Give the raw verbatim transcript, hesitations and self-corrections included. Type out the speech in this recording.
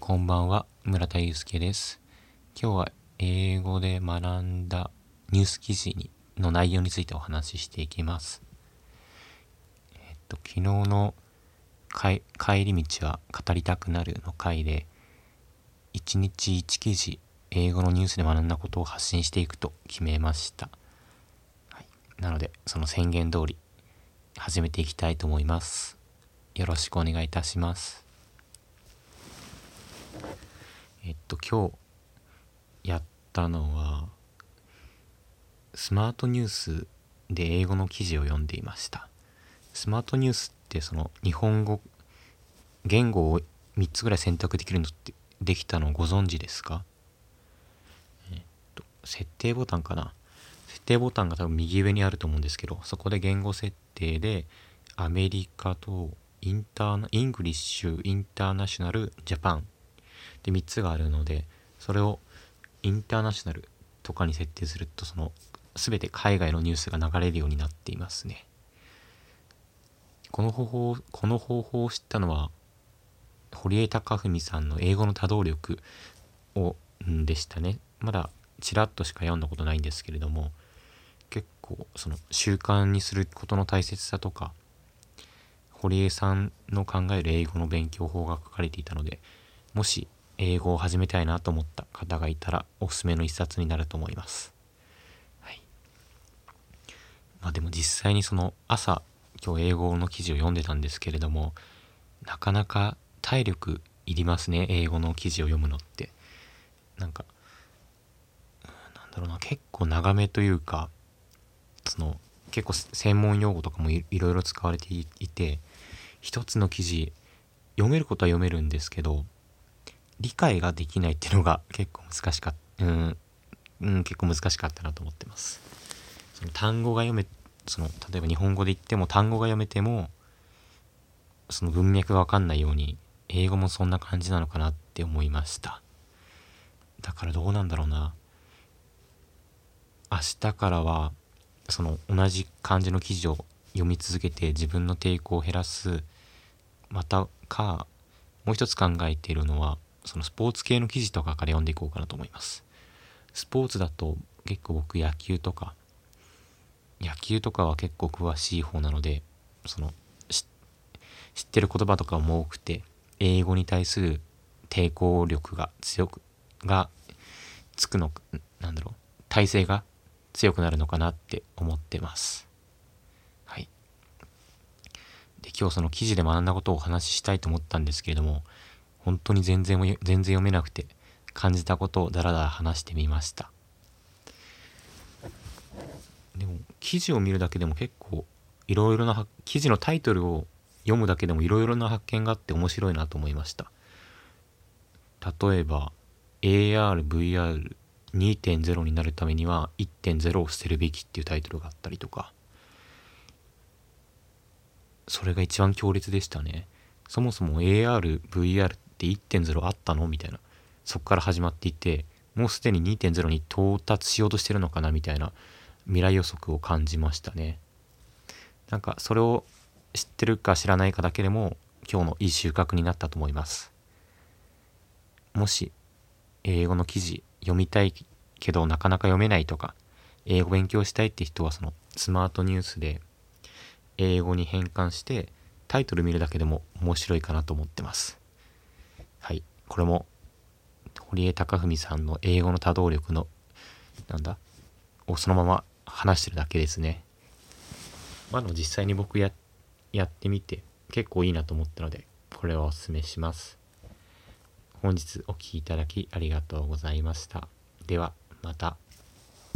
こんばんは、村田祐介です。今日は英語で学んだニュース記事にの内容についてお話ししていきます。えっと、昨日の帰り道は語りたくなるの回で、いちにちいち記事、英語のニュースで学んだことを発信していくと決めました。はい、なので、その宣言通り始めていきたいと思います。よろしくお願いいたします。えっと、今日やったのは、スマートニュースで英語の記事を読んでいました。スマートニュースってその日本語、言語をみっつぐらい選択できるのってできたのをご存知ですか？えっと、設定ボタンかな。設定ボタンが多分右上にあると思うんですけど、そこで言語設定でアメリカとインターナ、イングリッシュ、インターナショナル、ジャパンでみっつがあるので、それをインターナショナルとかに設定すると、その全て海外のニュースが流れるようになっていますね。この方法この方法を知ったのは堀江貴文さんの英語の多動力をんでしたね。まだちらっとしか読んだことないんですけれども、結構その習慣にすることの大切さとか、堀江さんの考える英語の勉強法が書かれていたので、もし英語を始めたいなと思った方がいたらおすすめの一冊になると思います。はい。まあでも実際にその朝今日英語の記事を読んでたんですけれども、なかなか体力いりますね、英語の記事を読むのって。なんかなんだろうな、結構長めというか、その結構専門用語とかも い, いろいろ使われていて、一つの記事読めることは読めるんですけど、理解ができないっていうのが結構難しかった、うん、うん、結構難しかったなと思ってます。その単語が読め、その例えば日本語で言っても単語が読めても、その文脈が分かんないように、英語もそんな感じなのかなって思いました。だからどうなんだろうな。明日からはその同じ漢字の記事を読み続けて自分の抵抗を減らす、またか、もう一つ考えているのは、そのスポーツ系の記事とかから読んでいこうかなと思います。スポーツだと結構僕野球とか野球とかは結構詳しい方なので、その知ってる言葉とかも多くて、英語に対する抵抗力が強くがつくの、なんだろう、体勢が強くなるのかなって思ってます。はい。で、今日その記事で学んだことをお話ししたいと思ったんですけれども、本当に全然全然読めなくて、感じたことをだらだら話してみました。でも記事を見るだけでも結構いろいろな、記事のタイトルを読むだけでもいろいろな発見があって面白いなと思いました。例えば エーアール、ブイアールにてんゼロ になるためには いってんゼロ を捨てるべきっていうタイトルがあったりとか、それが一番強烈でしたね。そもそも エーアール、ブイアール って いってんゼロ あったのみたいな、そこから始まっていて、もうすでに にてんゼロ に到達しようとしてるのかなみたいな未来予測を感じましたね。なんかそれを知ってるか知らないかだけでも今日のいい収穫になったと思います。もし英語の記事読みたいけどなかなか読めないとか、英語勉強したいって人は、そのスマートニュースで英語に変換してタイトル見るだけでも面白いかなと思ってます。はい、これも堀江貴文さんの英語の多動力のなんだをそのまま話してるだけですね。まあ、の実際に僕ややってみて結構いいなと思ったので、これはおすすめします。本日お聞きいただきありがとうございました。ではまた。